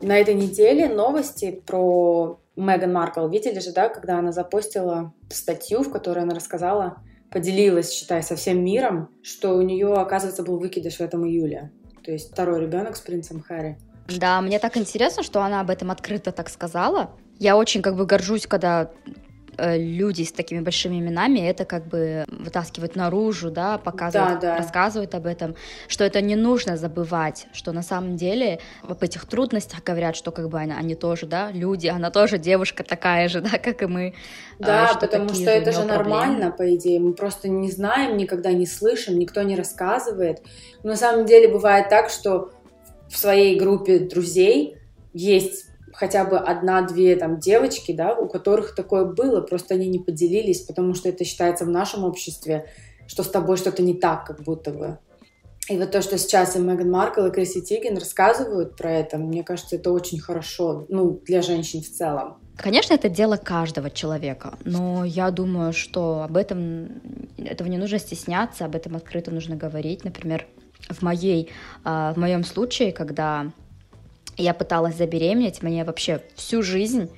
На этой неделе новости про Меган Маркл. Видели же, да, когда она запостила статью, в которой она рассказала, поделилась, считай, со всем миром, что у нее, оказывается, был выкидыш в этом июле. То есть второй ребенок с принцем Харри. Да, мне так интересно, что она об этом открыто так сказала. Я очень горжусь, когда люди с такими большими именами это вытаскивают наружу, да, показывают, рассказывают об этом, что это не нужно забывать, что на самом деле об этих трудностях говорят, что они тоже, да, люди, она тоже девушка такая же, да, как и мы. Да, потому что это же нормально, по идее, мы просто не знаем, никогда не слышим, никто не рассказывает. Но на самом деле бывает так, что в своей группе друзей есть хотя бы одна-две там девочки, да, у которых такое было, просто они не поделились, потому что это считается в нашем обществе, что с тобой что-то не так, как будто бы. И вот то, что сейчас и Меган Маркл, и Криси Тиган рассказывают про это, мне кажется, это очень хорошо, для женщин в целом. Конечно, это дело каждого человека, но я думаю, что этого не нужно стесняться, об этом открыто нужно говорить. Например, в моем случае, когда я пыталась забеременеть, мне вообще всю жизнь,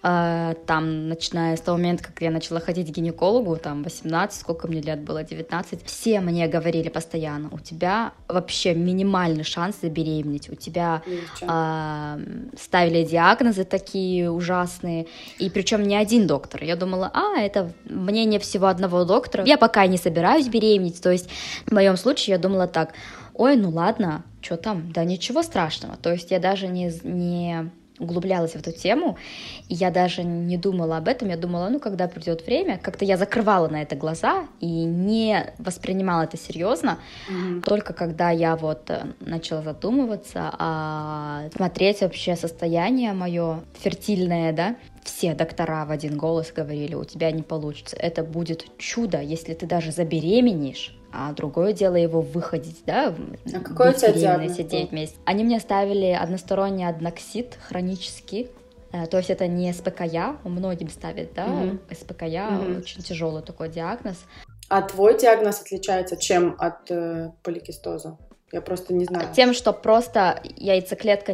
начиная с того момента, как я начала ходить к гинекологу, 18, сколько мне лет было, 19, все мне говорили постоянно, у тебя вообще минимальный шанс забеременеть, у тебя ставили диагнозы такие ужасные, и причем не один доктор. Я думала, это мнение всего одного доктора, я пока не собираюсь беременеть, то есть в моем случае я думала так, ой, ну ладно, что там, да ничего страшного. То есть я даже не углублялась в эту тему, и я даже не думала об этом, я думала, когда придет время, как-то я закрывала на это глаза и не воспринимала это серьезно, только когда я начала задумываться, смотреть вообще состояние мое фертильное, да, все доктора в один голос говорили, у тебя не получится, это будет чудо, если ты даже забеременеешь, а другое дело его выходить, да, какой у тебя диагноз? 9 месяцев. Они мне ставили односторонний адноксид хронический, то есть это не СПКЯ, многим ставят, да, СПКЯ, очень тяжелый такой диагноз. А твой диагноз отличается чем от поликистоза? Я просто не знаю. Тем, что просто яйцеклетка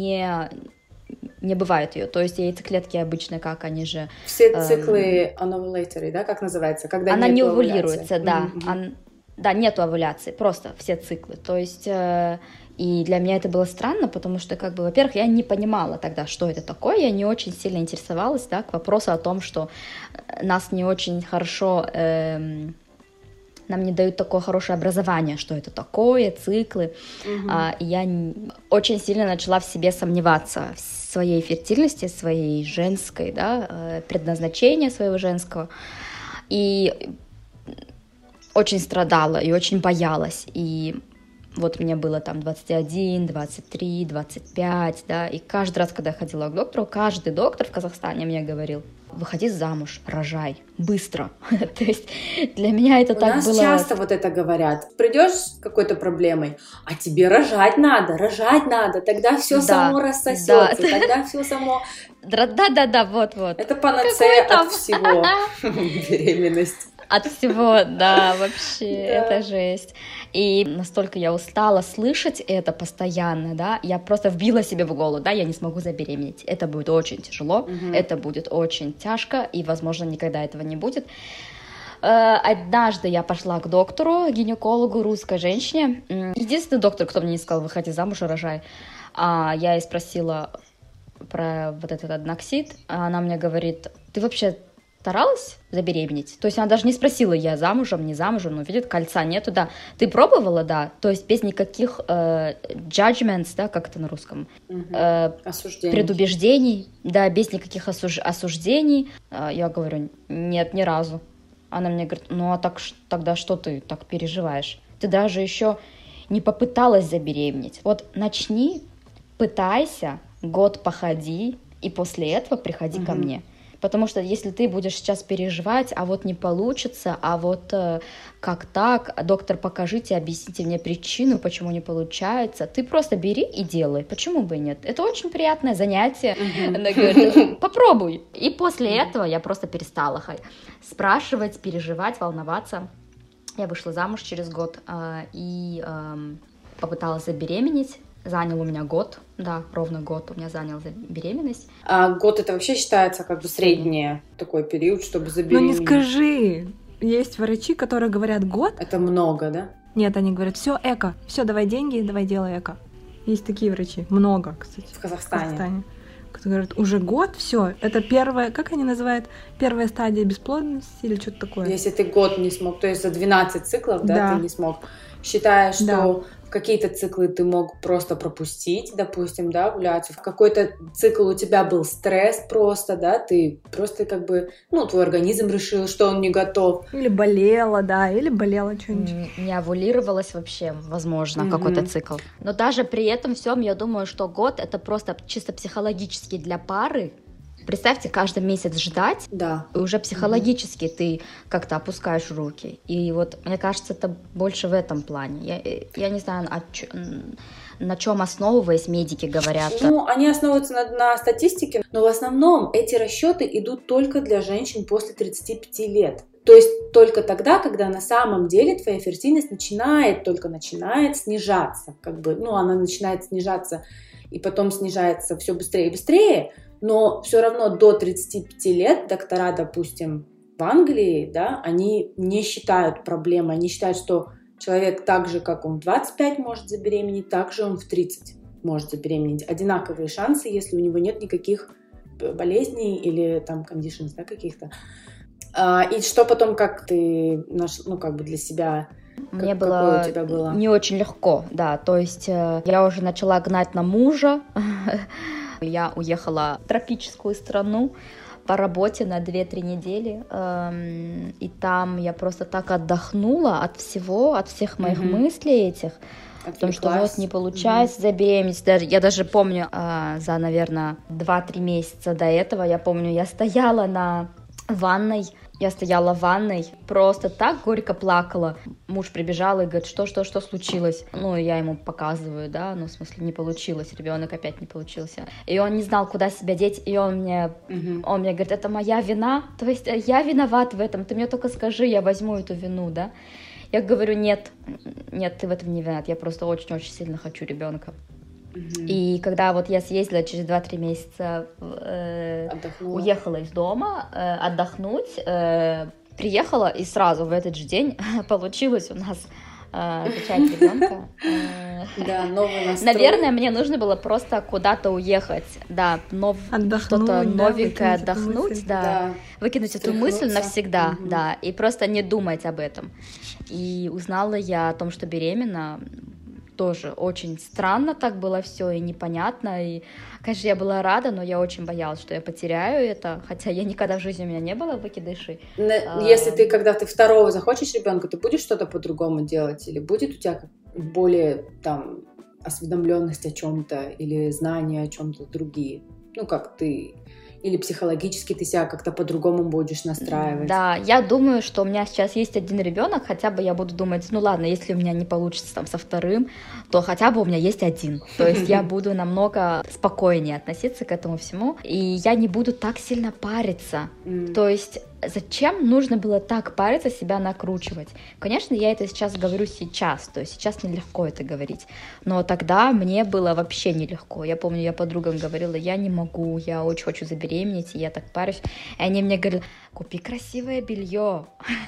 не бывает ее, то есть яйцеклетки обычно они же... Все циклы anovulatory, да, как называется? Когда она нет не овуляции. овулируется, да. Да, нету овуляции, просто все циклы. То есть, и для меня это было странно, потому что, во-первых, я не понимала тогда, что это такое, я не очень сильно интересовалась, да, к вопросу о том, что нас не очень хорошо, нам не дают такое хорошее образование, что это такое, циклы. И я очень сильно начала в себе сомневаться, в своей фертильности, своей женской, да, предназначения своего женского. И очень страдала и очень боялась, и мне было 21, 23, 25, да, и каждый раз, когда я ходила к доктору, каждый доктор в Казахстане мне говорил, выходи замуж, рожай, быстро. То есть для меня это так было... У нас часто это говорят. Придешь с какой-то проблемой, а тебе рожать надо, тогда все само рассосется, тогда все само... Да, вот. Это панацея от всего, беременность. От всего, да, вообще, это жесть. И настолько я устала слышать это постоянно, да, я просто вбила себе в голову, да, я не смогу забеременеть, это будет очень тяжело, это будет очень тяжко, и, возможно, никогда этого не будет. Однажды я пошла к доктору, гинекологу, русской женщине, единственный доктор, кто мне не сказал, выходи замуж и рожай, я ей спросила про этот адноксид, она мне говорит, ты вообще старалась забеременеть? То есть она даже не спросила, я замужем, не замужем, видит, кольца нету, да. Ты пробовала, да? То есть без никаких judgments, да, как это на русском? Предубеждений, да, без никаких осуждений. Я говорю, нет, ни разу. Она мне говорит, тогда что ты так переживаешь? Ты даже еще не попыталась забеременеть. Начни, пытайся, год походи, и после этого приходи ко мне. Потому что если ты будешь сейчас переживать, не получится, как так, доктор, покажите, объясните мне причину, почему не получается, ты просто бери и делай, почему бы и нет? Это очень приятное занятие, она говорит, попробуй. И после этого я просто перестала спрашивать, переживать, волноваться. Я вышла замуж через год и попыталась забеременеть, занял у меня год, да, ровно год у меня занял беременность. А год это вообще считается как бы средний такой период, чтобы забеременеть? Ну не скажи, есть врачи, которые говорят год. Это много, да? Нет, они говорят, все эко, все, давай деньги, давай делай эко. Есть такие врачи, много, кстати. В Казахстане. Которые говорят, уже год, все, это первая, как они называют, первая стадия бесплодности или что-то такое. Если ты год не смог, то есть за 12 циклов, да, ты не смог, считая, что в какие-то циклы ты мог просто пропустить, допустим, да, овуляцию, в какой-то цикл у тебя был стресс просто, да, ты просто как бы, ну, твой организм решил, что он не готов. Или болела, да, или болела что-нибудь. Не овулировалась вообще, возможно, какой-то цикл. Но даже при этом всем я думаю, что год — это просто чисто психологически для пары. Представьте, каждый месяц ждать, да. И уже психологически ты как-то опускаешь руки. И вот, мне кажется, это больше в этом плане. Я не знаю, на чем основываясь медики говорят. Ну, они основываются на статистике, но в основном эти расчеты идут только для женщин после 35 лет. То есть только тогда, когда на самом деле твоя фертильность начинает снижаться. Как бы, ну, она начинает снижаться и потом снижается все быстрее и быстрее. Но все равно до 35 лет доктора, допустим, в Англии, да, они не считают проблемой. Они считают, что человек так же, как он в 25 может забеременеть, так же он в 30 может забеременеть. Одинаковые шансы, если у него нет никаких болезней или там conditions, да, каких-то. И что потом, как ты ну, как бы для себя... Мне было не очень легко, да. То есть я уже начала гнать на мужа. Я уехала в тропическую страну по работе на 2-3 недели, и там я просто так отдохнула от всех моих мыслей этих, потому что вот не получается забеременеть. Я даже помню, за, наверное, 2-3 месяца до этого, я помню, я стояла в ванной, просто так горько плакала. Муж прибежал и говорит, что случилось? Ну, я ему показываю, да, ну, в смысле, не получилось, ребенок опять не получился. И он не знал, куда себя деть, и он мне говорит, это моя вина, то есть я виноват в этом, ты мне только скажи, я возьму эту вину, да. Я говорю, нет, ты в этом не виноват, я просто очень-очень сильно хочу ребенка. И когда вот я съездила через 2-3 месяца, уехала из дома отдохнуть, приехала, и сразу в этот же день получилось у нас зачать ребенка. Да, новый настрой. Наверное, мне нужно было просто куда-то уехать, да, что-то новенькое, отдохнуть, да, выкинуть эту мысль навсегда, да, и просто не думать об этом. И узнала я о том, что беременна. Тоже очень странно так было все и непонятно, и, конечно, я была рада, но я очень боялась, что я потеряю это, хотя я никогда в жизни у меня не было выкидышей. Если когда ты второго захочешь ребенка, ты будешь что-то по-другому делать, или будет у тебя более там осведомленность о чем-то или знания о чем-то другие, ну как ты... Или психологически ты себя как-то по-другому будешь настраивать. Да, я думаю, что у меня сейчас есть один ребенок, хотя бы я буду думать, ну ладно, если у меня не получится там со вторым, то хотя бы у меня есть один. То есть я буду намного спокойнее относиться к этому всему, и я не буду так сильно париться. То есть зачем нужно было так париться, себя накручивать? Конечно, я это сейчас говорю сейчас, то есть сейчас нелегко это говорить, но тогда мне было вообще нелегко. Я помню, я подругам говорила, я не могу, я очень хочу забеременеть, и я так парюсь. И они мне говорили, купи красивое белье,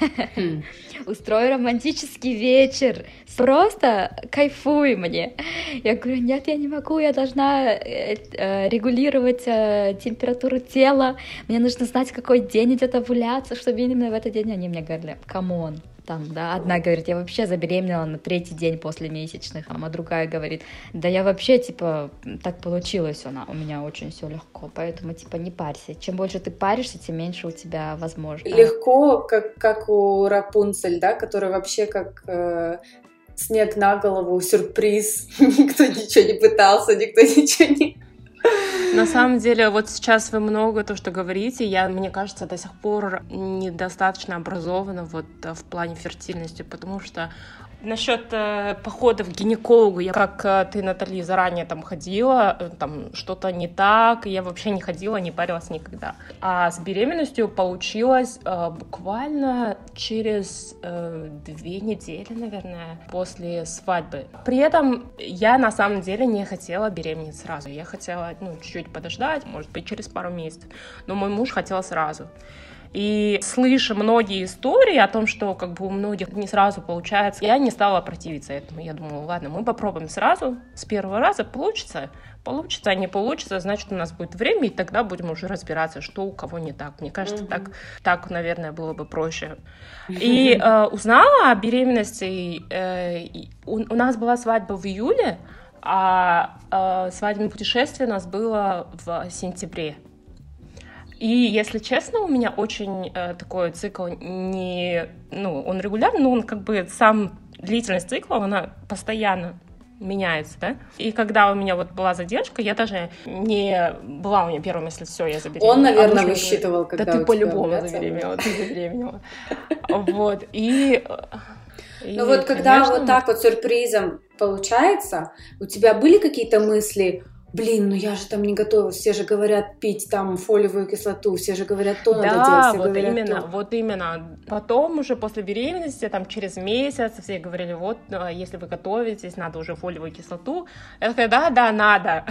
устрой романтический вечер, просто кайфуй мне. Я говорю, нет, я не могу, я должна регулировать температуру тела, мне нужно знать, какой день идет овуляция, чтобы именно в этот день они мне говорили, камон. Там, да, одна говорит, я вообще забеременела на 3-й день после месячных, а другая говорит, да я вообще, типа, так получилось у меня очень все легко, поэтому, типа, не парься. Чем больше ты паришься, тем меньше у тебя возможностей. Легко, как у Рапунцель, да, которая вообще как снег на голову, сюрприз, никто ничего не пытался, никто ничего не... На самом деле, вот сейчас вы много то, что говорите, мне кажется, до сих пор недостаточно образована вот в плане фертильности, потому что насчет похода к гинекологу, я как ты, Натали, заранее там ходила, там что-то не так, я вообще не ходила, не парилась никогда. А с беременностью получилось буквально через 2 недели, наверное, после свадьбы. При этом я на самом деле не хотела беременеть сразу. Я хотела чуть-чуть подождать, может быть, через пару месяцев. Но мой муж хотел сразу. И слыша многие истории о том, что как бы у многих не сразу получается, я не стала противиться этому. Я думала, ладно, мы попробуем сразу, с первого раза получится, а не получится, значит, у нас будет время, и тогда будем уже разбираться, что у кого не так. Мне кажется, так, наверное, было бы проще. И узнала о беременности, у нас была свадьба в июле, а свадебное путешествие у нас было в сентябре. И, если честно, у меня очень такой цикл он регулярный, но он как бы сам длительность цикла, она постоянно меняется, да? И когда у меня вот была задержка, я даже не была у меня первой мысли, все, я забеременела. Он, наверное, высчитывал, когда да ты по-любому забеременела, Вот, ну вот когда вот так вот сюрпризом получается, у тебя были какие-то мысли... Блин, я же там не готова, все же говорят пить там фолиевую кислоту, все же говорят то надо делать, все говорят то. Вот именно. Потом уже после беременности, там через месяц, все говорили, вот, если вы готовитесь, надо уже фолиевую кислоту. Я такая, да, надо.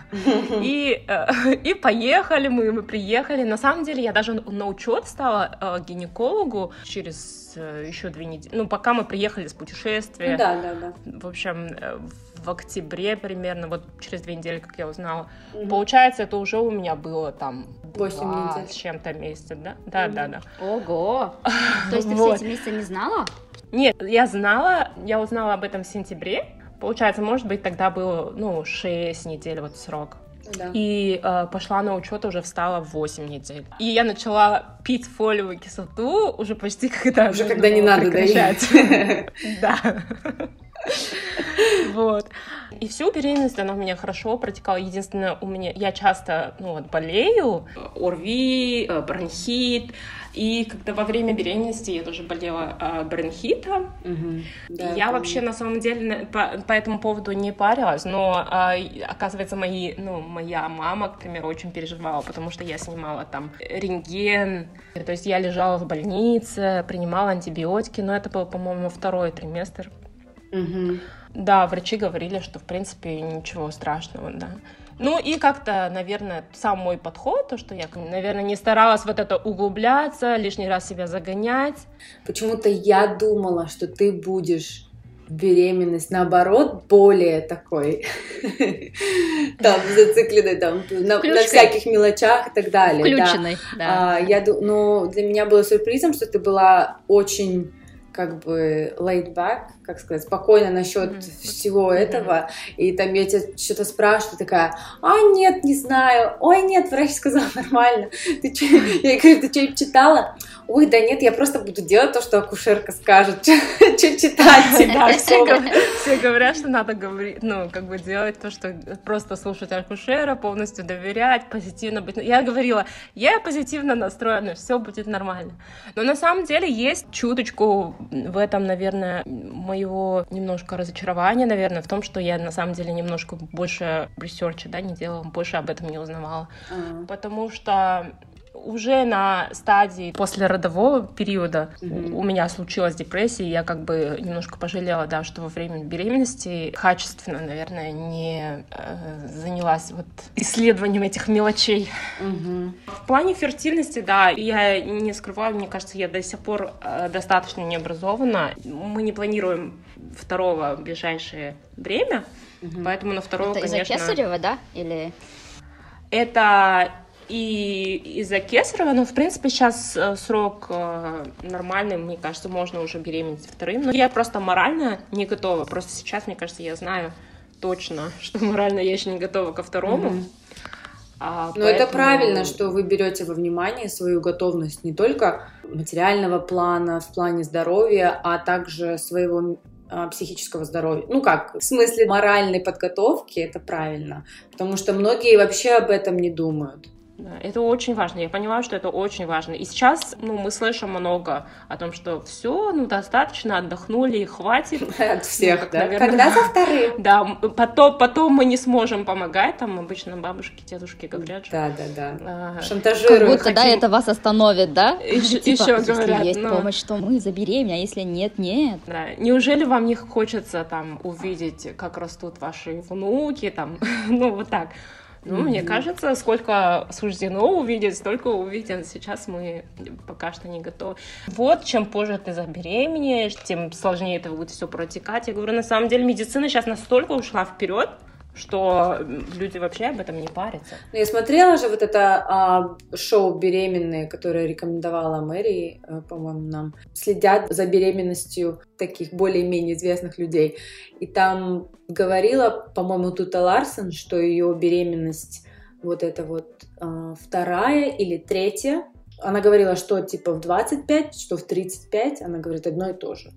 И поехали мы приехали. На самом деле я даже на учет стала гинекологу через еще 2 недели, пока мы приехали с путешествия. Да. В общем, в октябре примерно, вот через 2 недели, как я узнала. Получается, это уже у меня было там 8 недель с чем-то месяцев, да? Да. Ого! То есть ты все эти месяцы не знала? Нет, я знала, я узнала об этом в сентябре. Получается, может быть, тогда было, 6 недель вот срок. Да. И пошла на учет, уже встала в 8 недель. И я начала пить фолиевую кислоту уже почти когда не надо прекращать. Да. Вот. И всю беременность она у меня хорошо протекала. Единственное, я часто болею, ОРВИ, бронхит. И когда во время беременности я тоже болела бронхитом. Я вообще на самом деле по этому поводу не парилась, но оказывается моя мама, к примеру, очень переживала, потому что я снимала там рентген, то есть я лежала в больнице, принимала антибиотики, но это был, по-моему, 2-й триместр. Да, врачи говорили, что в принципе ничего страшного, да. И как-то, наверное, сам мой подход, то, что я, наверное, не старалась вот это углубляться, лишний раз себя загонять. Почему-то я думала, что ты будешь беременность, наоборот, более такой там зацикленной там на всяких мелочах и так далее. Включенной, да. Для меня было сюрпризом, что ты была очень как бы laid back, как сказать, спокойно насчет всего этого, и там я тебя что-то спрашиваю, такая, нет, не знаю, ой, нет, врач сказал нормально, я говорю, ты что, читала? Ой, да нет, я просто буду делать то, что акушерка скажет, что читать. Да, все говорят, что надо говорить, делать то, что просто слушать акушера, полностью доверять, позитивно быть. Я говорила, я позитивно настроена, все будет нормально. Но на самом деле есть чуточку в этом, наверное, моего немножко разочарования, наверное, в том, что я на самом деле немножко больше ресерча, не делала, больше об этом не узнавала. Потому что уже на стадии послеродового периода у меня случилась депрессия, и я как бы немножко пожалела, что во время беременности качественно, наверное, не занялась исследованием этих мелочей. В плане фертильности, я не скрываю, мне кажется, я до сих пор достаточно необразована. Мы не планируем 2-го в ближайшее время, поэтому на 2-го, конечно... Это из-за кесарева, да? Или... Это... И из-за кесарева, в принципе, сейчас срок нормальный, мне кажется, можно уже беременеть 2-м. Но я просто морально не готова. Просто сейчас, мне кажется, я знаю точно, что морально я еще не готова ко 2-му. Но это правильно, что вы берете во внимание свою готовность не только материального плана, в плане здоровья, а также своего психического здоровья. Ну как, в смысле моральной подготовки, это правильно, потому что многие вообще об этом не думают. Да, это очень важно. Я понимаю, что это очень важно. И сейчас, мы слышим много о том, что все, достаточно, отдохнули, хватит. От всех, да? Наверное, когда со вторым. Да, потом мы не сможем помогать, там обычно бабушки, дедушки говорят. Да. Шантажируют. Как будто, да, это вас остановит, да? Еще говорят. Если есть помощь, то мы забеременеем, а если нет. Да. Неужели вам не хочется там увидеть, как растут ваши внуки, там, вот так? Мне кажется, сколько суждено увидеть, столько увидим. Сейчас мы пока что не готовы. Вот, чем позже ты забеременеешь, тем сложнее это будет все протекать. Я говорю, на самом деле медицина сейчас настолько ушла вперед, что люди вообще об этом не парятся. Я смотрела же вот это шоу «Беременные», которое рекомендовала Мэри, по-моему, нам. Следят за беременностью таких более-менее известных людей. И там говорила, по-моему, Тута Ларсон, что ее беременность вот эта вот вторая или третья. Она говорила, что типа в 25, что в 35. Она говорит одно и то же.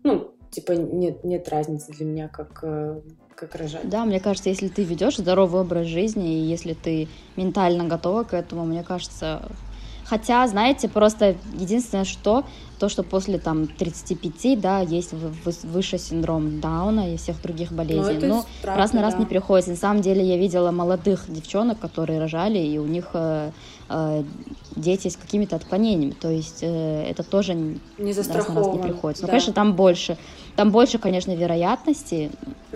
Нет разницы для меня, как рожать. Да, мне кажется, если ты ведешь здоровый образ жизни, и если ты ментально готова к этому, мне кажется... Хотя, знаете, просто единственное, что после 35, да, есть выше синдром Дауна и всех других болезней. Раз на раз не приходится. На самом деле я видела молодых девчонок, которые рожали, и у них дети с какими-то отклонениями. То есть это тоже не застраховано. Раз на раз не приходится. Конечно, там больше, конечно, вероятности.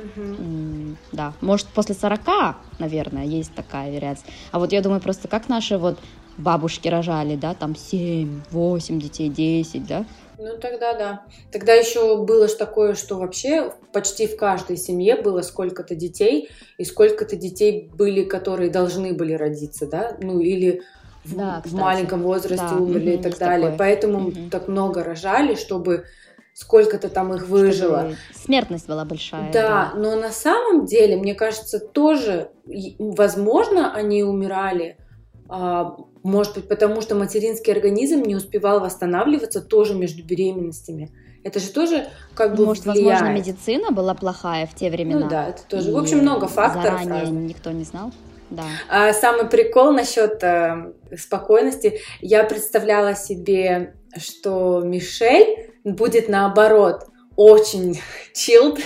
Да, может, после 40, наверное, есть такая вероятность. А вот я думаю, просто как наши бабушки рожали, да, там 7, 8 детей, 10, да? Тогда да. Тогда еще было же такое, что вообще почти в каждой семье было сколько-то детей, и сколько-то детей были, которые должны были родиться, да, или в маленьком возрасте умерли и так далее. Такое. Поэтому так много рожали, чтобы сколько-то там их выжило. Смертность была большая. Да, но на самом деле, мне кажется, тоже, возможно, они умирали, может быть, потому что материнский организм не успевал восстанавливаться тоже между беременностями. Это же тоже может, влияет. Возможно, медицина была плохая в те времена. Да, это тоже. В общем, много факторов. Заранее никто не знал. Да. Самый прикол насчет спокойности. Я представляла себе, что Мишель будет наоборот очень chilled.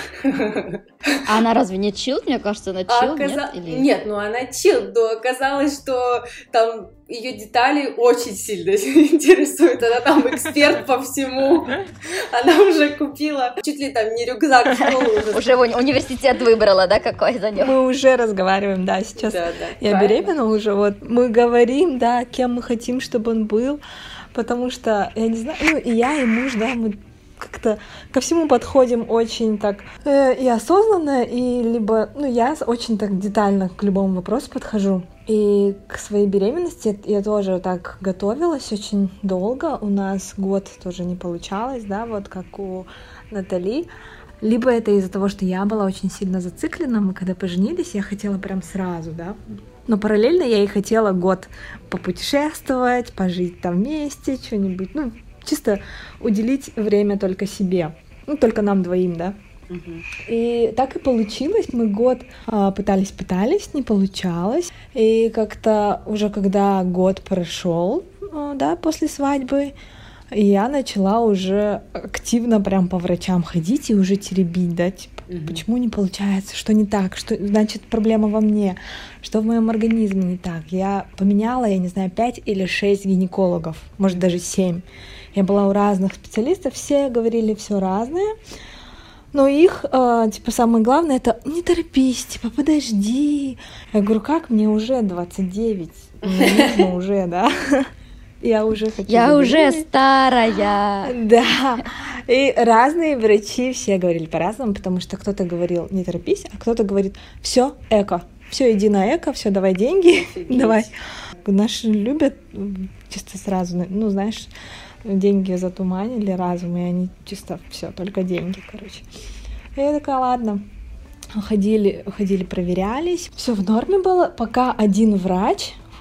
А она разве не chilled? Мне кажется, она chilled, нет? Нет, она chilled, но оказалось, что там ее детали очень сильно интересуют. Она там эксперт по всему. Она уже купила чуть ли там не рюкзак в школу. Уже университет выбрала, да, какой за ним? Мы уже разговариваем, да, сейчас. Я беременна уже, мы говорим, да, кем мы хотим, чтобы он был, потому что, я не знаю, и я, и муж, да, мы как-то ко всему подходим очень так и осознанно, и либо, я очень так детально к любому вопросу подхожу. И к своей беременности я тоже так готовилась очень долго. У нас год тоже не получалось, да, как у Натали. Либо это из-за того, что я была очень сильно зациклена. Мы когда поженились, я хотела прям сразу, да. Но параллельно я и хотела год попутешествовать, пожить там вместе, что-нибудь, чисто уделить время только себе, только нам двоим, да. И так и получилось. Мы год пытались, не получалось. И как-то уже когда год прошел, да, после свадьбы, я начала уже активно прям по врачам ходить и уже теребить, да, типа, почему не получается, что не так, что значит проблема во мне, что в моем организме не так. Я поменяла, 5 или 6 гинекологов, может даже 7. Я была у разных специалистов, все говорили все разное. Но их, самое главное, это не торопись, подожди. Я говорю, как мне уже 29? Мне нужно уже, да? Я уже хочу. Я уже старая. Да. И разные врачи все говорили по-разному, потому что кто-то говорил, не торопись, а кто-то говорит, все, эко. Все, иди на эко, все, давай деньги. Давай. Наши любят чисто сразу, деньги затуманили разум, и они чисто все, только деньги, короче. И я такая, ладно. Ходили, проверялись. Все в норме было, пока один врач,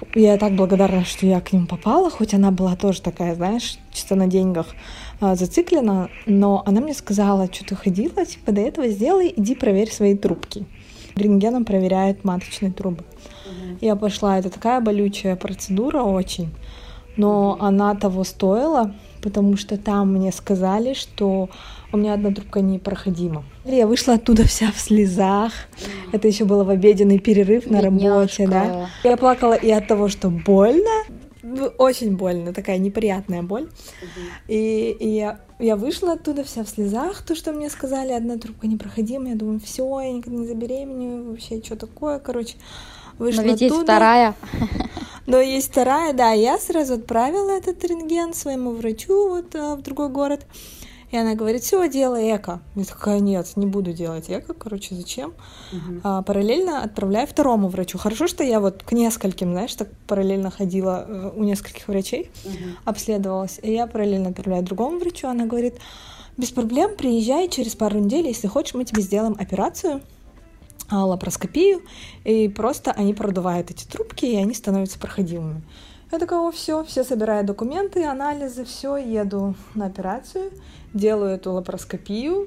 я так благодарна, что я к ним попала, хоть она была тоже такая, знаешь, чисто на деньгах зациклена, но она мне сказала, что ты ходила, типа, до этого сделай, иди проверь свои трубки. Рентгеном проверяют маточные трубы. Я пошла, это такая болючая процедура очень, но она того стоила, потому что там мне сказали, что у меня одна трубка непроходима. Я вышла оттуда вся в слезах. Это еще было в обеденный перерыв на работе, да. Я плакала и от того, что больно, очень больно, такая неприятная боль. И я вышла оттуда вся в слезах, то, что мне сказали, одна трубка непроходима. Я думаю, все, я никогда не забеременею, вообще, что такое, короче. Вышла но ведь оттуда. Есть вторая. Но есть вторая, да. Я сразу отправила этот рентген своему врачу вот в другой город. И она говорит, все, делай эко. Я такая, нет, не буду делать эко, короче, зачем? Параллельно отправляю второму врачу. Хорошо, что я вот к нескольким, знаешь, так параллельно ходила у нескольких врачей, обследовалась. И я параллельно отправляю другому врачу. Она говорит, без проблем, приезжай через пару недель, если хочешь, мы тебе сделаем операцию, лапароскопию, и просто они продувают эти трубки, и они становятся проходимыми. Я такая, все собираю документы, анализы, все, еду на операцию, делаю эту лапароскопию,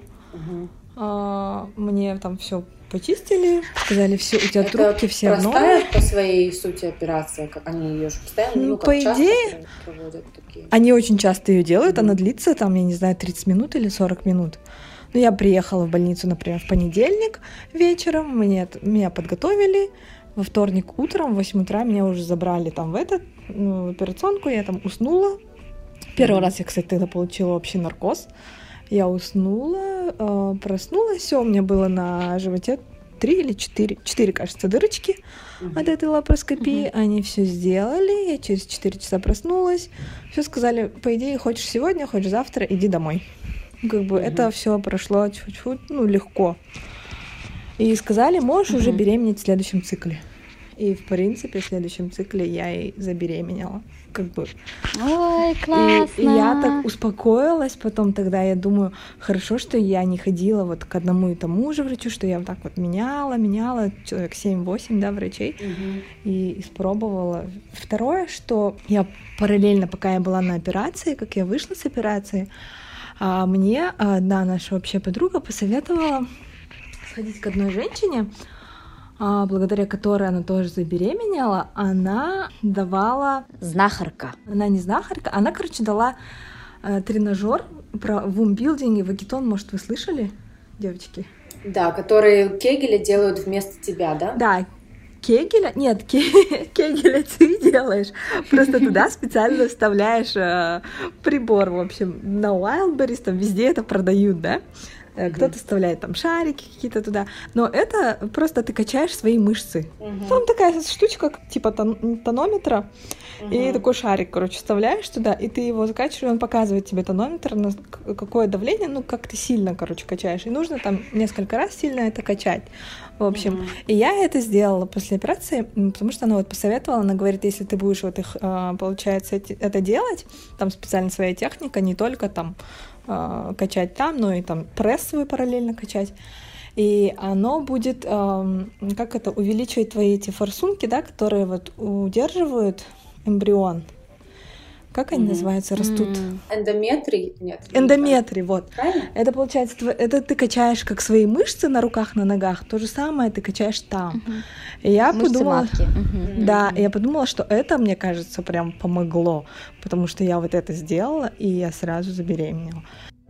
мне там все почистили, сказали, все, у тебя трубки все в норме. Это по своей сути операция, как они ее же постоянно, по идее, проводят такие. Они очень часто ее делают, она длится там, я не знаю, 30 минут или 40 минут. Ну, я приехала в больницу, например, в понедельник вечером, меня подготовили, во вторник утром, в 8 утра меня уже забрали там в операционку, я там уснула. Первый раз я, кстати, тогда получила общий наркоз. Я уснула, проснулась, все, у меня было на животе 3 или 4, кажется, дырочки от этой лапароскопии. Они все сделали, я через 4 часа проснулась. Все сказали, по идее, хочешь сегодня, хочешь завтра, иди домой. Как бы это все прошло чуть-чуть, легко. И сказали, можешь уже беременеть в следующем цикле. И, в принципе, в следующем цикле я и забеременела. Как бы. Ой, классно! И я так успокоилась потом тогда, я думаю, хорошо, что я не ходила вот к одному и тому же врачу, что я вот так вот меняла, человек 7-8, да, врачей, и испробовала. Второе, что я параллельно, пока я была на операции, как я вышла с операции, мне одна наша общая подруга посоветовала сходить к одной женщине, благодаря которой она тоже забеременела. Она давала... Знахарка. Она не знахарка, она, короче, дала тренажер в вумбилдинге, вагитон, может, вы слышали, девочки? Да, которые кегели делают вместо тебя, да? Да, кегеля? Нет, кегеля ты делаешь. Просто туда специально вставляешь прибор, в общем, на Wildberries, там везде это продают, да? Кто-то вставляет там шарики какие-то туда. Но это просто ты качаешь свои мышцы. Там такая штучка, типа тонометра. И такой шарик, короче, вставляешь туда, и ты его закачиваешь, и он показывает тебе тонометр, на какое давление, как ты сильно, короче, качаешь. И нужно там несколько раз сильно это качать. В общем, и я это сделала после операции, потому что она вот посоветовала, она говорит, если ты будешь вот их, получается, это делать, там специально своя техника, не только там качать там, но и там пресс свой параллельно качать. И оно будет, увеличивать твои эти форсунки, да, которые вот удерживают эмбрион. Как они называются? Растут? Эндометрий? Нет. Эндометрий, вот. Правильно? Это получается, это ты качаешь как свои мышцы на руках, на ногах, то же самое ты качаешь там. И я подумала, да, я подумала, что это, мне кажется, прям помогло, потому что я вот это сделала, и я сразу забеременела.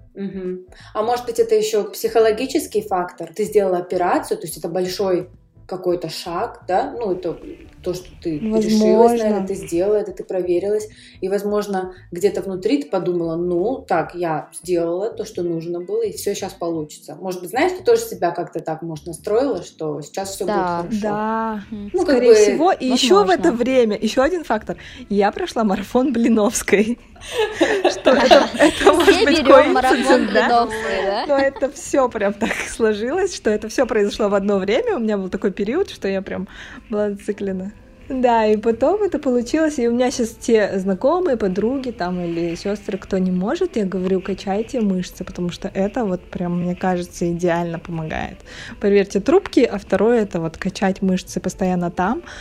А может быть, это еще психологический фактор? Ты сделала операцию, то есть это большой какой-то шаг, да, это то, что ты решилась на это, ты сделала это, ты проверилась, и, возможно, где-то внутри ты подумала, так, я сделала то, что нужно было, и все сейчас получится. Может быть, знаешь, ты тоже себя как-то так, может, настроила, что сейчас все будет хорошо. Да, скорее всего, и еще в это время, еще один фактор, я прошла марафон Блиновской. Что это может быть коинцидент, да? Но это все прям так сложилось, что это все произошло в одно время. У меня был такой период, что я прям была зациклена. Да, и потом это получилось, и у меня сейчас те знакомые, подруги там или сестры, кто не может, я говорю, качайте мышцы, потому что это вот прям, мне кажется, идеально помогает. Поверьте, трубки, а второе это вот качать мышцы постоянно там,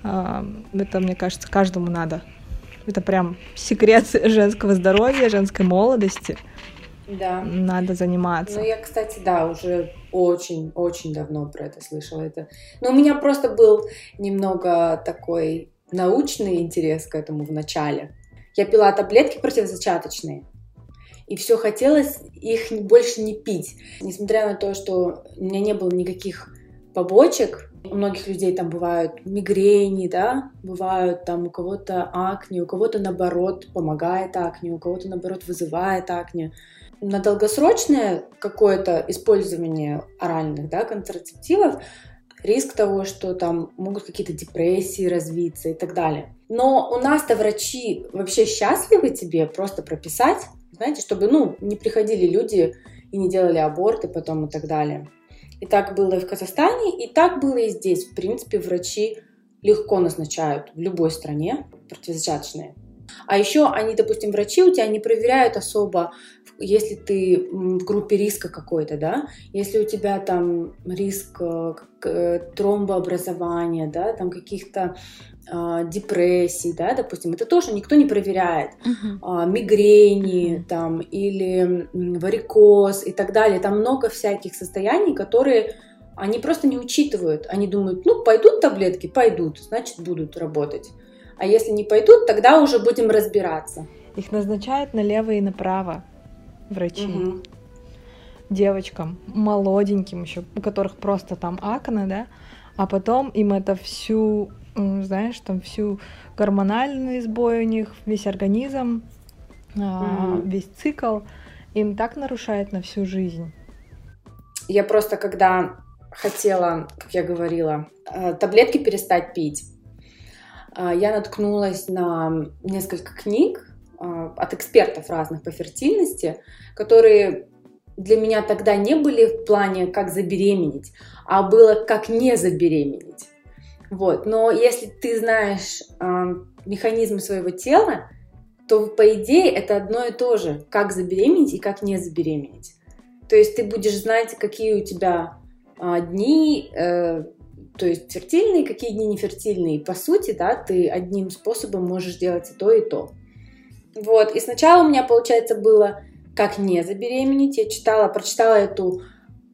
Это, мне кажется, каждому надо. Это прям секрет женского здоровья, женской молодости. Да. Надо заниматься. Ну, я, кстати, да, уже очень-очень давно про это слышала. Но у меня просто был немного такой научный интерес к этому в начале. Я пила таблетки противозачаточные, и все хотелось их больше не пить. Несмотря на то, что у меня не было никаких побочек, у многих людей там бывают мигрени, да, бывают там у кого-то акне, у кого-то наоборот помогает акне, у кого-то наоборот вызывает акне. На долгосрочное какое-то использование оральных, да, контрацептивов риск того, что там могут какие-то депрессии развиться и так далее. Но у нас-то врачи вообще счастливы тебе просто прописать, знаете, чтобы, не приходили люди и не делали аборты потом и так далее. И так было и в Казахстане, и так было и здесь. В принципе, врачи легко назначают в любой стране противозачаточные. А еще они, допустим, врачи у тебя не проверяют особо, если ты в группе риска какой-то, да, если у тебя там риск тромбообразования, да, там каких-то депрессий, да, допустим, это тоже никто не проверяет, мигрени, там, или варикоз и так далее, там много всяких состояний, которые они просто не учитывают, они думают, пойдут таблетки, пойдут, значит, будут работать. А если не пойдут, тогда уже будем разбираться. Их назначают налево и направо врачи. Девочкам, молоденьким еще, у которых просто там акне, да, а потом им это всю, знаешь, там всю гормональный сбой у них, весь организм, весь цикл, им так нарушает на всю жизнь. Я просто, когда хотела, как я говорила, таблетки перестать пить, я наткнулась на несколько книг от экспертов разных по фертильности, которые для меня тогда не были в плане как забеременеть, а было как не забеременеть. Вот. Но если ты знаешь механизмы своего тела, то по идее это одно и то же, как забеременеть и как не забеременеть. То есть ты будешь знать, какие у тебя дни, то есть фертильные, какие дни нефертильные. По сути, да, ты одним способом можешь делать и то, и то. Вот. И сначала у меня, получается, было как не забеременеть. Я прочитала эту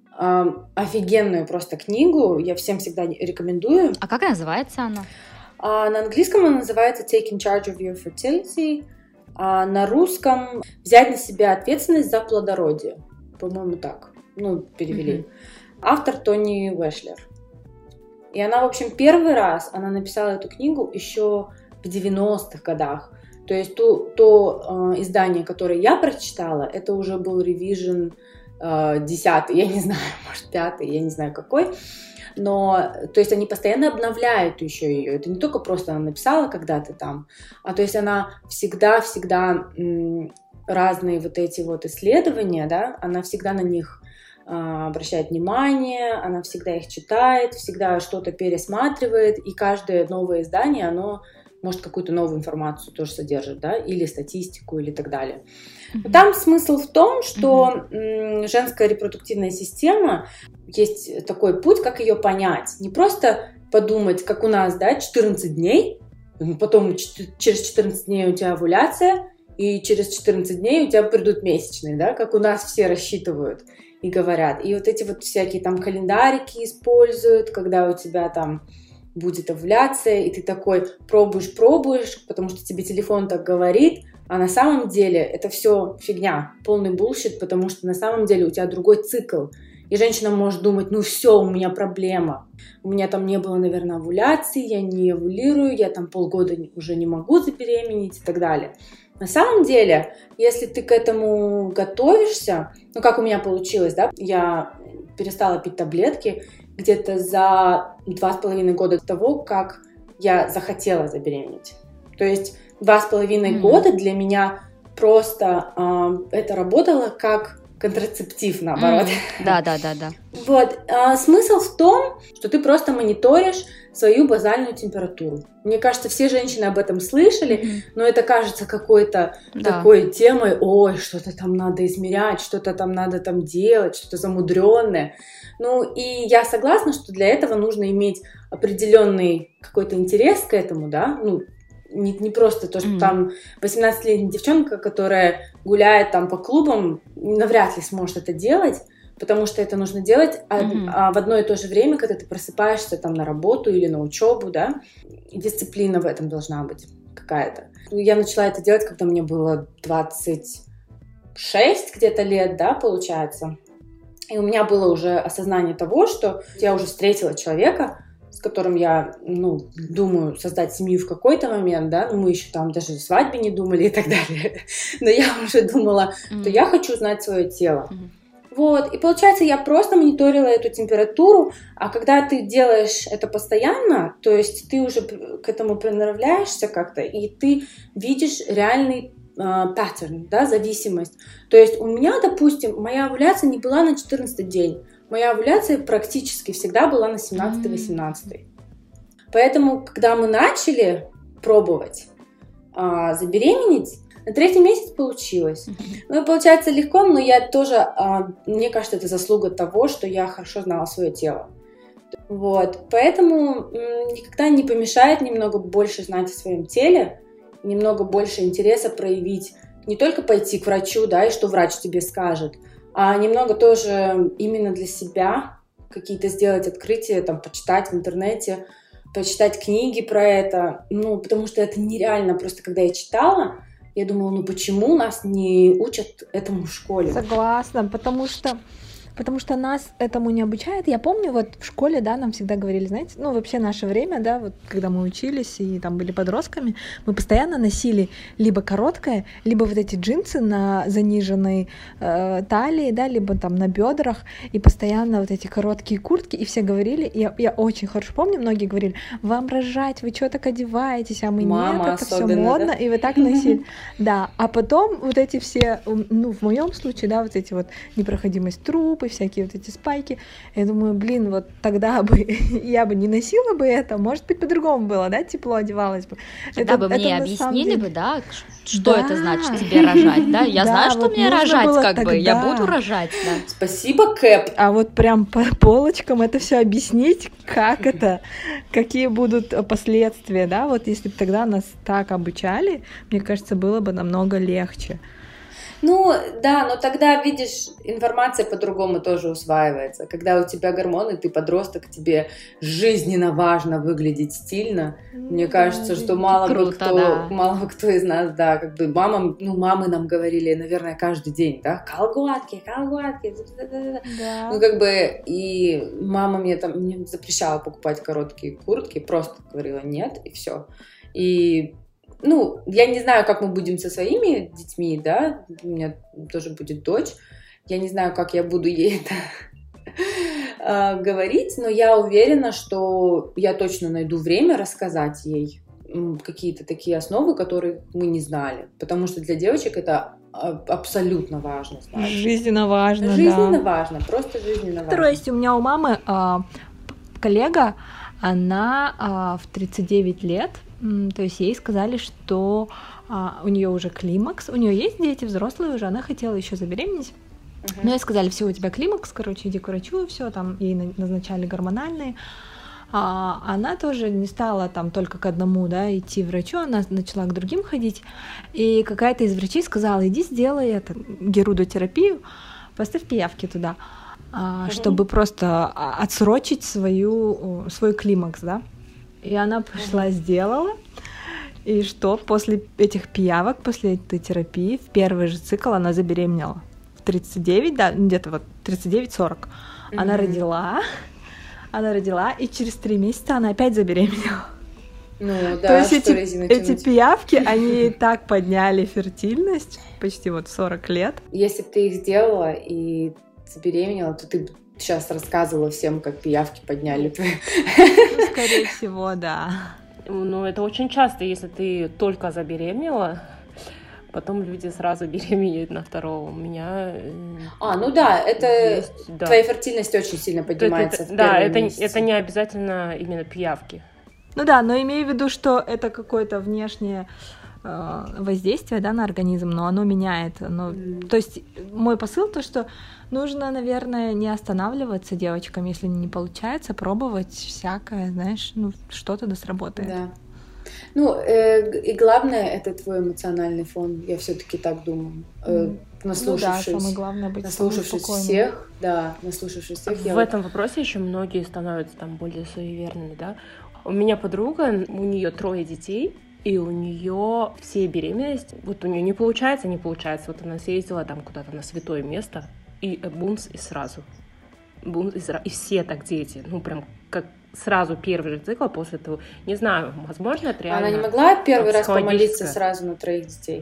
офигенную просто книгу. Я всем всегда рекомендую. А как называется она? На английском она называется Taking Charge of Your Fertility. А на русском «Взять на себя ответственность за плодородие». По-моему, так. Перевели. Автор Тони Уэшлер. И она, в общем, первый раз она написала эту книгу еще в 90-х годах. То есть то издание, которое я прочитала, это уже был ревижн 10-й, я не знаю, может, 5-й, я не знаю какой. Но, то есть они постоянно обновляют еще ее. Это не только просто она написала когда-то там, а то есть она всегда разные вот эти вот исследования, да, она всегда на них обращает внимание, она всегда их читает, всегда что-то пересматривает, и каждое новое издание, оно может какую-то новую информацию тоже содержит, да, или статистику, или так далее. Там смысл в том, что женская репродуктивная система, есть такой путь, как ее понять. Не просто подумать, как у нас, да, 14 дней, потом через 14 дней у тебя овуляция, и через 14 дней у тебя придут месячные, да, как у нас все рассчитывают и говорят. И вот эти вот всякие там календарики используют, когда у тебя там будет овуляция, и ты такой пробуешь, потому что тебе телефон так говорит, а на самом деле это все фигня, полный булшит, потому что на самом деле у тебя другой цикл. И женщина может думать, все, у меня проблема. У меня там не было, наверное, овуляции, я не овулирую, я там полгода уже не могу забеременеть и так далее. На самом деле, если ты к этому готовишься, как у меня получилось, да, я перестала пить таблетки где-то за 2,5 года до того, как я захотела забеременеть. То есть 2,5 года для меня просто это работало как контрацептив, наоборот. Да. Вот. Смысл в том, что ты просто мониторишь свою базальную температуру. Мне кажется, все женщины об этом слышали, но это кажется какой-то такой темой, ой, что-то там надо измерять, что-то там надо там делать, что-то замудренное. Ну, и я согласна, что для этого нужно иметь определенный какой-то интерес к этому, да, ну, не просто то, что там 18-летняя девчонка, которая гуляет там по клубам, навряд ли сможет это делать, потому что это нужно делать а в одно и то же время, когда ты просыпаешься там на работу или на учебу, да, и дисциплина в этом должна быть какая-то. Я начала это делать, когда мне было 26 где-то лет, да, получается. И у меня было уже осознание того, что я уже встретила человека, с которым я, ну, думаю создать семью в какой-то момент, да, мы еще там даже о свадьбе не думали и так далее, но я уже думала, что я хочу знать свое тело. Вот, и получается, я просто мониторила эту температуру, а когда ты делаешь это постоянно, то есть ты уже к этому приноравливаешься как-то, и ты видишь реальный паттерн, да, зависимость. То есть у меня, допустим, моя овуляция не была на 14-й день, моя овуляция практически всегда была на 17-18. Поэтому, когда мы начали пробовать забеременеть, на 3-й месяц получилось. Ну и получается легко, но я тоже, мне кажется, это заслуга того, что я хорошо знала свое тело. Вот, поэтому никогда не помешает немного больше знать о своем теле, немного больше интереса проявить, не только пойти к врачу, да, и что врач тебе скажет, а немного тоже именно для себя какие-то сделать открытия, там, почитать в интернете, почитать книги про это, ну, потому что это нереально. Просто когда я читала, я думала, ну почему нас не учат этому в школе? Согласна, потому что нас этому не обучают. Я помню, вот в школе, да, нам всегда говорили, знаете, ну, вообще наше время, да, вот когда мы учились и там были подростками, мы постоянно носили либо короткое, либо вот эти джинсы на заниженной талии, да, либо там на бедрах, и постоянно вот эти короткие куртки, и все говорили, я очень хорошо помню, многие говорили, вам рожать, вы что так одеваетесь, а мы мама, нет, это все модно, да? И вы так носили. Да, а потом вот эти все, ну, в моем случае, да, вот эти вот непроходимость труб, всякие вот эти спайки. Я думаю, блин, вот тогда бы я бы не носила бы это, может быть, по-другому было, да, тепло одевалась бы. Тогда бы мне объяснили бы, да, что это значит тебе рожать, да? Я знаю, что мне рожать, как бы, я буду рожать, да. Спасибо, Кэп. А вот прям по полочкам это все объяснить, как это, какие будут последствия, да, вот если бы тогда нас так обучали, мне кажется, было бы намного легче. Ну, да, но тогда, видишь, информация по-другому тоже усваивается. Когда у тебя гормоны, ты подросток, тебе жизненно важно выглядеть стильно. Мне кажется, что мало кто из нас, да, как бы мамы нам говорили, наверное, каждый день, да, колготки. Да. Ну, как бы, и мама мне запрещала покупать короткие куртки, просто говорила нет, и все. И ну, я не знаю, как мы будем со своими детьми, да, у меня тоже будет дочь, я не знаю, как я буду ей это говорить, но я уверена, что я точно найду время рассказать ей какие-то такие основы, которые мы не знали, потому что для девочек это абсолютно важно знать. Жизненно важно, жизненно важно, просто жизненно важно. То есть у меня у мамы коллега, она в 39 лет, то есть ей сказали, что у нее уже климакс, у нее есть дети взрослые уже, она хотела еще забеременеть, но ей сказали, все, у тебя климакс, короче, иди к врачу, и все, там ей назначали гормональные. Она тоже не стала там только к одному, да, идти к врачу, она начала к другим ходить, и какая-то из врачей сказала, иди сделай это, герудотерапию, поставь пиявки туда, чтобы просто отсрочить свой климакс, да. И она пошла, сделала, и что? После этих пиявок, после этой терапии, в первый же цикл она забеременела. В 39, да, где-то вот 39-40. Она родила, и через 3 месяца она опять забеременела. Ну, да, то есть эти пиявки, они так подняли фертильность почти вот 40 лет. Если бы ты их сделала и забеременела, то ты сейчас рассказывала всем, как пиявки подняли твои. Ну, скорее всего, да. Ну, это очень часто, если ты только забеременела, потом люди сразу беременеют на второго. У меня... это твоя фертильность очень сильно поднимается в первые месяцы. Это не обязательно именно пиявки. Ну да, но имею в виду, что это какое-то внешнее воздействие, да, на организм, но оно меняет. То есть мой посыл то, что нужно, наверное, не останавливаться девочкам, если не получается, пробовать всякое, знаешь, что-то да сработает. Да. И главное, это твой эмоциональный фон, я все-таки так думаю. Наслушавшись, самое главное быть всех, в этом вопросе еще многие становятся там более суеверными, да. У меня подруга, у нее 3 детей, и у нее все беременности, вот у нее не получается, вот она съездила там куда-то на святое место, и бумс, и сразу. И все так дети, прям как сразу первый же цикл после этого. Не знаю, возможно, это реально... Она не могла первый раз помолиться сразу на 3 детей?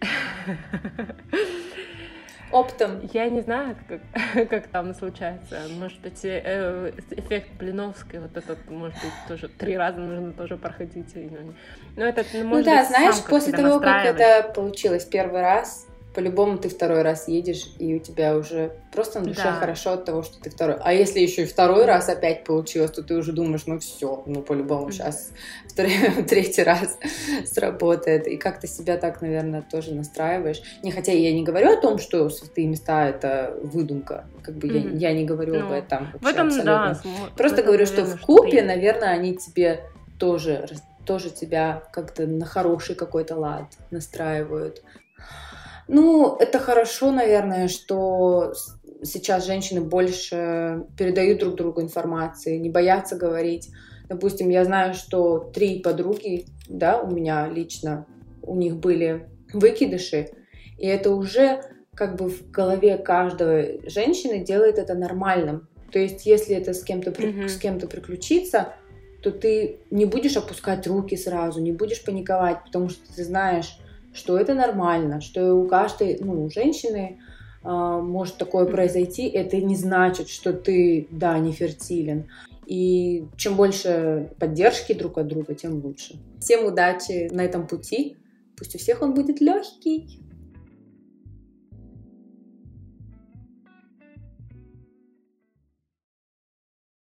Оптом. Я не знаю, как там случается. Может быть, эффект Блиновской, вот этот, может быть, тоже 3 раза нужно тоже проходить. Но это, может быть, знаешь, после того, как это получилось первый раз, по-любому ты 2-й раз едешь, и у тебя уже просто на душе хорошо от того, что ты 2-й. А если еще и 2-й раз опять получилось, то ты уже думаешь, все, по-любому сейчас 3-й раз сработает. И как-то себя так, наверное, тоже настраиваешь. Хотя я не говорю о том, что святые места — это выдумка. Я не говорю об этом. В этом, да. Просто говорю, что вкупе, наверное, они тебе тоже тебя как-то на хороший какой-то лад настраивают. Это хорошо, наверное, что сейчас женщины больше передают друг другу информацию, не боятся говорить. Допустим, я знаю, что 3 подруги, да, у меня лично, у них были выкидыши, и это уже в голове каждой женщины делает это нормальным. То есть, если это с кем-то приключится, то ты не будешь опускать руки сразу, не будешь паниковать, потому что ты знаешь, что это нормально, что у каждой, у женщины может такое произойти, это не значит, что ты, не фертилен. И чем больше поддержки друг от друга, тем лучше. Всем удачи на этом пути, пусть у всех он будет легкий.